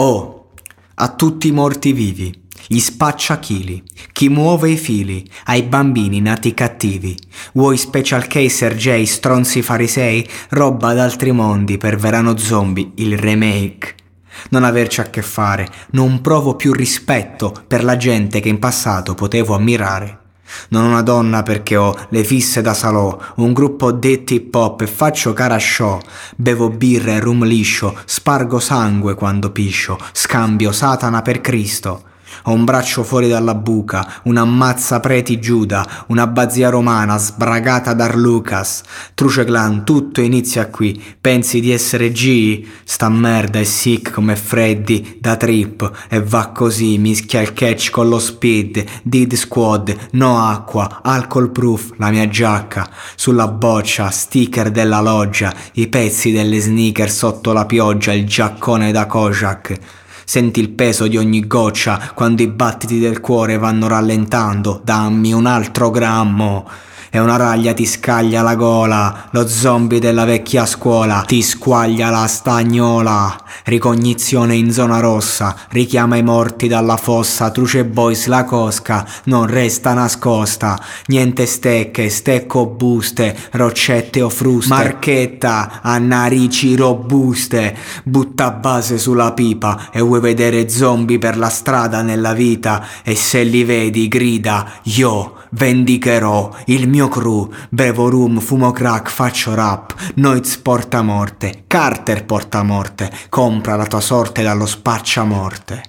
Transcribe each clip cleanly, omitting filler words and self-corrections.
Oh, a tutti i morti vivi, gli spacciachili, chi muove i fili, ai bambini nati cattivi, vuoi Special K, Sergei, stronzi farisei, roba d'altri mondi per Verano Zombie, il remake. Non averci a che fare, non provo più rispetto per la gente che in passato potevo ammirare. Non ho una donna perché ho le fisse da salò, un gruppo detti hip hop e faccio cara show. Bevo birra e rum liscio, spargo sangue quando piscio, scambio Satana per Cristo. Ho un braccio fuori dalla buca, una ammazza preti Giuda, una abbazia romana sbragata da Lucas. Truce Clan, tutto inizia qui, pensi di essere G? Sta merda è sick come Freddy da Trip e va così, mischia il catch con lo speed, Did Squad, no acqua, alcol proof, la mia giacca, sulla boccia, sticker della loggia, i pezzi delle sneaker sotto la pioggia, il giaccone da Kojak. Senti il peso di ogni goccia quando i battiti del cuore vanno rallentando. Dammi un altro grammo. E una raglia ti scaglia la gola, lo zombie della vecchia scuola ti squaglia la stagnola. Ricognizione in zona rossa, richiama i morti dalla fossa. Truce Boys la cosca non resta nascosta. Niente stecche, stecco buste, roccette o fruste. Marchetta a narici robuste. Butta base sulla pipa e vuoi vedere zombie per la strada nella vita. E se li vedi grida, io vendicherò il mio crew, bevo rum, fumo crack, faccio rap. Noiz porta morte, Carter porta morte, compra la tua sorte dallo spacciamorte.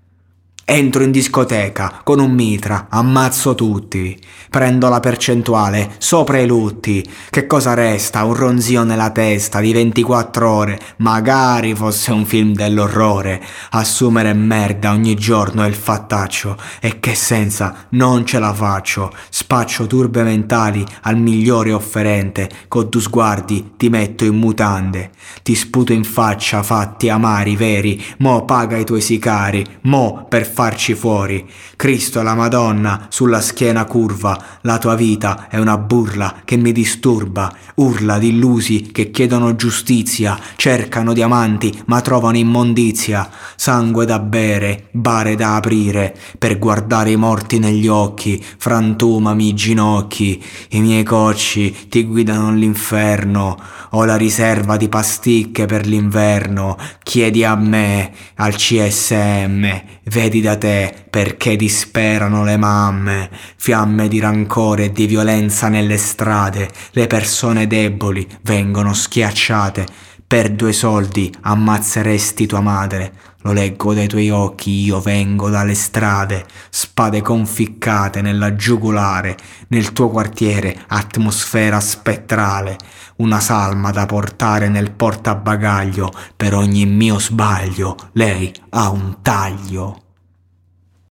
Entro in discoteca con un mitra, ammazzo tutti, prendo la percentuale sopra i lutti. Che cosa resta? Un ronzio nella testa di 24 ore, magari fosse un film dell'orrore. Assumere merda ogni giorno è il fattaccio, e che senza non ce la faccio. Spaccio turbe mentali al migliore offerente, con due sguardi ti metto in mutande. Ti sputo in faccia fatti amari veri, mo paga i tuoi sicari, mo per farci fuori. Cristo e la Madonna sulla schiena curva, la tua vita è una burla che mi disturba. Urla di illusi che chiedono giustizia, cercano diamanti ma trovano immondizia. Sangue da bere, bare da aprire, per guardare i morti negli occhi. Frantumami i ginocchi, i miei cocci ti guidano all'inferno. Ho la riserva di pasticche per l'inverno. Chiedi a me, al CSM, vedi da te perché disperano le mamme. Fiamme di rancore e di violenza nelle strade, le persone deboli vengono schiacciate. Per 2 soldi ammazzeresti tua madre. Lo leggo dai tuoi occhi, io vengo dalle strade. Spade conficcate nella giugulare, nel tuo quartiere atmosfera spettrale. Una salma da portare nel portabagaglio, per ogni mio sbaglio lei ha un taglio.